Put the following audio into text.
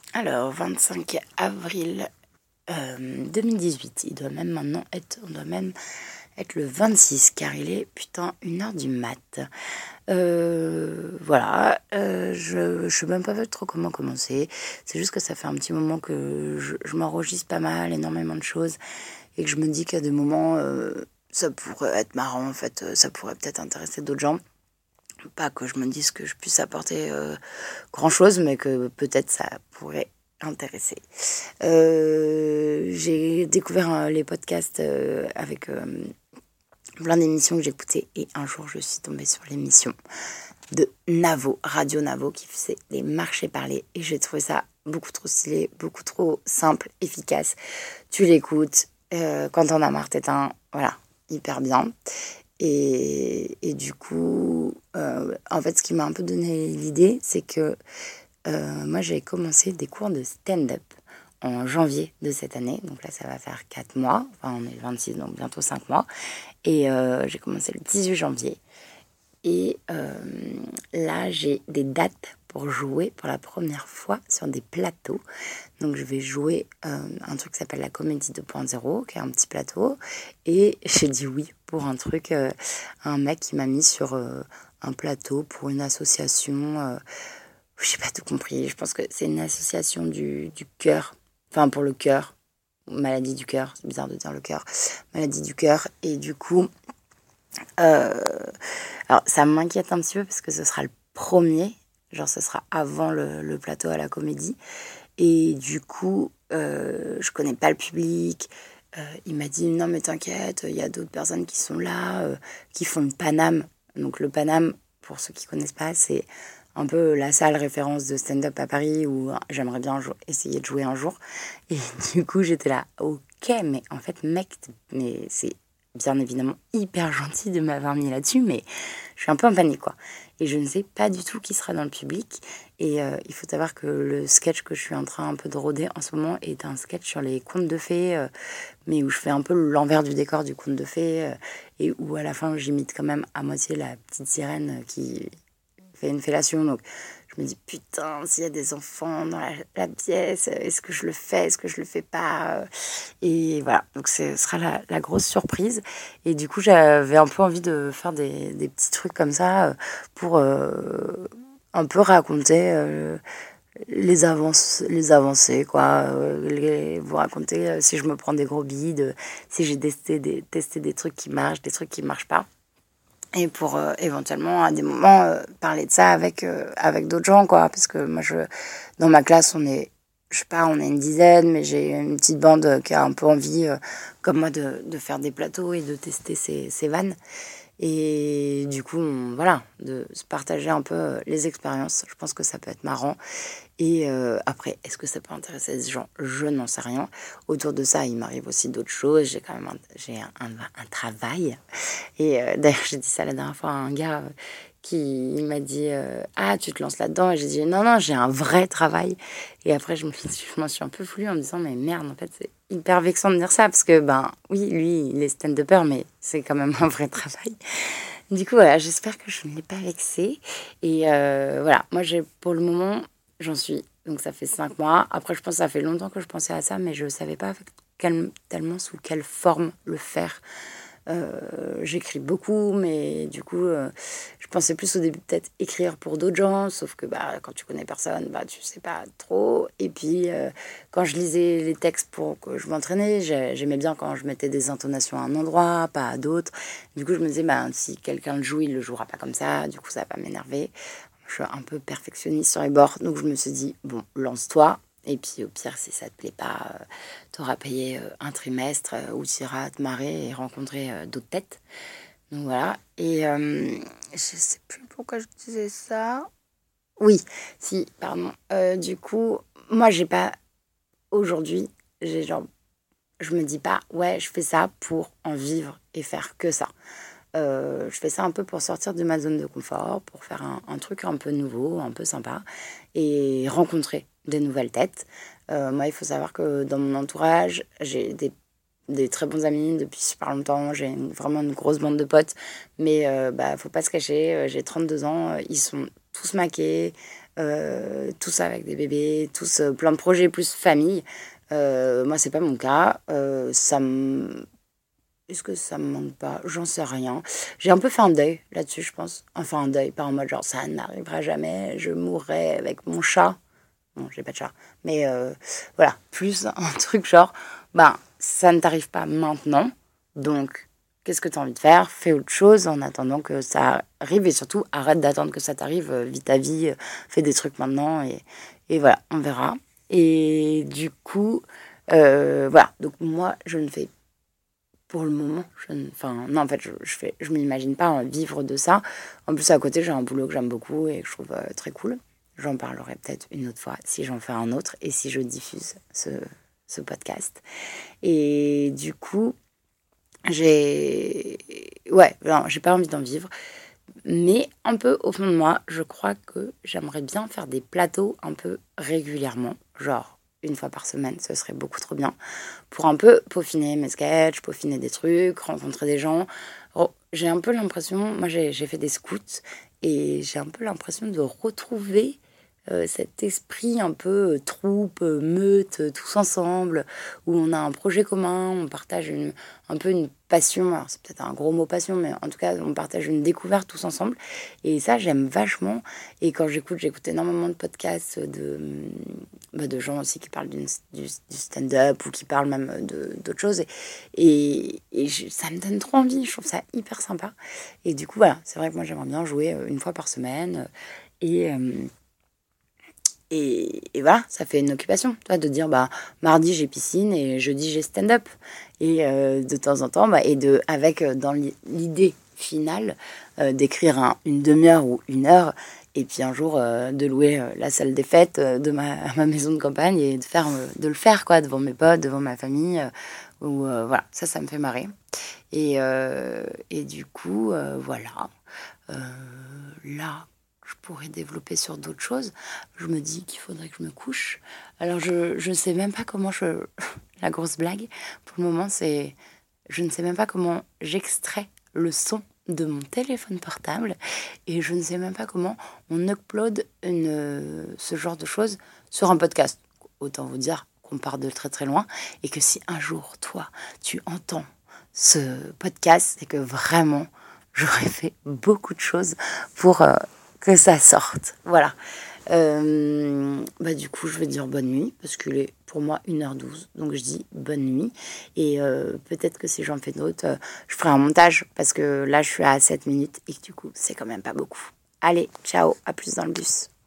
Alors, 25 avril 2018, on doit même être le 26, car il est, 1h du mat. Voilà, je sais même pas trop comment commencer. C'est juste que ça fait un petit moment que je m'enregistre pas mal, énormément de choses, et que je me dis qu'à des moments, ça pourrait être marrant, en fait, ça pourrait peut-être intéresser d'autres gens. Pas que je me dise que je puisse apporter grand-chose, mais que peut-être ça pourrait intéresser. J'ai découvert les podcasts avec plein d'émissions que j'écoutais, et un jour je suis tombée sur l'émission de Navo, Radio Navo, qui faisait des marchés parlés, et j'ai trouvé ça beaucoup trop stylé, beaucoup trop simple, efficace. Tu l'écoutes, quand t'en as marre, t'éteins, voilà, hyper bien. Et du coup, en fait, ce qui m'a un peu donné l'idée, c'est que moi, j'ai commencé des cours de stand-up en janvier de cette année. Donc là, ça va faire 4 mois. Enfin, on est le 26, donc bientôt 5 mois. Et j'ai commencé le 18 janvier. Et là, j'ai des dates pour jouer pour la première fois sur des plateaux. Donc, je vais jouer un truc qui s'appelle la Comédie 2.0, qui est un petit plateau. Et j'ai dit oui pour un truc, un mec qui m'a mis sur un plateau pour une association. J'ai pas tout compris. Je pense que c'est une association du cœur. Enfin, pour le cœur. Maladie du cœur. C'est bizarre de dire le cœur. Maladie du cœur. Et du coup, alors ça m'inquiète un petit peu parce que ce sera le premier. Genre, ce sera avant le plateau à la Comédie. Et du coup, je connais pas le public. Il m'a dit, non mais t'inquiète, il y a d'autres personnes qui sont là, qui font le Paname. Donc le Paname, pour ceux qui connaissent pas, c'est un peu la salle référence de stand-up à Paris où j'aimerais bien essayer de jouer un jour. Et du coup, j'étais là, ok, mais en fait, mec, mais c'est bien évidemment hyper gentil de m'avoir mis là-dessus, mais je suis un peu en panique, quoi. Et je ne sais pas du tout qui sera dans le public. Et il faut savoir que le sketch que je suis en train un peu de rôder en ce moment est un sketch sur les contes de fées, mais où je fais un peu l'envers du décor du conte de fées, et où à la fin j'imite quand même à moitié la petite sirène qui fait une fellation. Donc je me dis, putain, s'il y a des enfants dans la pièce, est-ce que je le fais, est-ce que je le fais pas? Et voilà, donc ce sera la grosse surprise. Et du coup, j'avais un peu envie de faire des petits trucs comme ça pour un peu raconter les avancées, quoi. Vous raconter si je me prends des gros bides, si j'ai testé des trucs qui marchent, des trucs qui marchent pas. Et pour éventuellement, à des moments, parler de ça avec d'autres gens, quoi. Parce que moi, dans ma classe, je sais pas, on est une dizaine, mais j'ai une petite bande qui a un peu envie, comme moi, de faire des plateaux et de tester ces vannes. Et du coup, voilà, de se partager un peu les expériences. Je pense que ça peut être marrant. Et après, est-ce que ça peut intéresser les gens? Je n'en sais rien. Autour de ça, il m'arrive aussi d'autres choses. J'ai quand même un travail. Et d'ailleurs, j'ai dit ça la dernière fois à un gars qui m'a dit ah, tu te lances là-dedans? Et j'ai dit non, non, j'ai un vrai travail. Et après, je m'en suis un peu voulu en me disant mais merde, en fait, c'est hyper vexant de dire ça. Parce que, ben oui, lui, il est stand-upper, mais c'est quand même un vrai travail. Du coup, voilà, j'espère que je ne l'ai pas vexé. Et voilà, moi, pour le moment, j'en suis. Donc, ça fait 5 mois. Après, je pense que ça fait longtemps que je pensais à ça, mais je ne savais pas tellement sous quelle forme le faire. J'écris beaucoup, mais du coup, je pensais plus au début peut-être écrire pour d'autres gens, sauf que bah, quand tu connais personne, bah, tu sais pas trop. Et puis, quand je lisais les textes pour que je m'entraînais, j'aimais bien quand je mettais des intonations à un endroit, pas à d'autres. Du coup, je me disais, bah, si quelqu'un le joue, il le jouera pas comme ça, du coup, ça va pas m'énerver. Je suis un peu perfectionniste sur les bords, donc je me suis dit, bon, lance-toi. Et puis au pire, si ça te plaît pas, t'auras payé un trimestre où tu iras te marrer et rencontrer d'autres têtes. Donc voilà. Et je sais plus pourquoi je disais ça. Oui, si, pardon. Du coup, moi, j'ai pas. Aujourd'hui, j'ai genre. Je me dis pas, ouais, je fais ça pour en vivre et faire que ça. Je fais ça un peu pour sortir de ma zone de confort, pour faire un truc un peu nouveau, un peu sympa, et rencontrer des nouvelles têtes. Moi, il faut savoir que dans mon entourage, j'ai des très bons amis depuis super longtemps. Vraiment une grosse bande de potes. Mais bah, faut pas se cacher, j'ai 32 ans. Ils sont tous maqués, tous avec des bébés, tous plein de projets plus famille. Moi, c'est pas mon cas. Est-ce que ça me manque pas? J'en sais rien. J'ai un peu fait un deuil là-dessus, je pense. Enfin, un deuil, pas en mode genre ça n'arrivera jamais, je mourrai avec mon chat. Non, j'ai pas de chat. Mais voilà, plus un truc genre, ça ne t'arrive pas maintenant. Donc, qu'est-ce que tu as envie de faire? Fais autre chose en attendant que ça arrive. Et surtout, arrête d'attendre que ça t'arrive. Vis ta vie, fais des trucs maintenant. Et voilà, on verra. Et du coup, voilà. Donc, moi, je ne fais pour le moment, non, en fait, je m'imagine pas vivre de ça. En plus, à côté, j'ai un boulot que j'aime beaucoup et que je trouve très cool. J'en parlerai peut-être une autre fois si j'en fais un autre et si je diffuse ce podcast. Et du coup, j'ai pas envie d'en vivre. Mais un peu au fond de moi, je crois que j'aimerais bien faire des plateaux un peu régulièrement. Genre, une fois par semaine, ce serait beaucoup trop bien. Pour un peu peaufiner mes sketchs, peaufiner des trucs, rencontrer des gens. J'ai un peu l'impression, moi j'ai fait des scouts, et j'ai un peu l'impression de retrouver cet esprit un peu troupe, meute, tous ensemble, où on a un projet commun, on partage un peu une passion, alors c'est peut-être un gros mot passion, mais en tout cas on partage une découverte tous ensemble, et ça j'aime vachement. Et quand j'écoute énormément de podcasts de gens aussi qui parlent du stand-up ou qui parlent même d'autres choses, ça me donne trop envie, je trouve ça hyper sympa. Et du coup voilà, c'est vrai que moi j'aimerais bien jouer une fois par semaine, et... Et voilà, ça fait une occupation, toi, de dire, mardi, j'ai piscine et jeudi, j'ai stand-up. Et de temps en temps, avec dans l'idée finale d'écrire une demi-heure ou une heure, et puis un jour de louer la salle des fêtes de ma maison de campagne et de le faire, quoi, devant mes potes, devant ma famille. Voilà, ça me fait marrer. Et du coup, voilà. Là, je pourrais développer sur d'autres choses. Je me dis qu'il faudrait que je me couche. Alors, je ne sais même pas comment La grosse blague, pour le moment, c'est... Je ne sais même pas comment j'extrais le son de mon téléphone portable. Et je ne sais même pas comment on upload ce genre de choses sur un podcast. Autant vous dire qu'on part de très très loin. Et que si un jour, toi, tu entends ce podcast, c'est que vraiment, j'aurais fait beaucoup de choses pour... que ça sorte. Voilà. Du coup, je vais dire bonne nuit, parce qu'il est pour moi 1h12. Donc, je dis bonne nuit. Et peut-être que si j'en fais d'autres, je ferai un montage, parce que là, je suis à 7 minutes et que du coup, c'est quand même pas beaucoup. Allez, ciao, à plus dans le bus.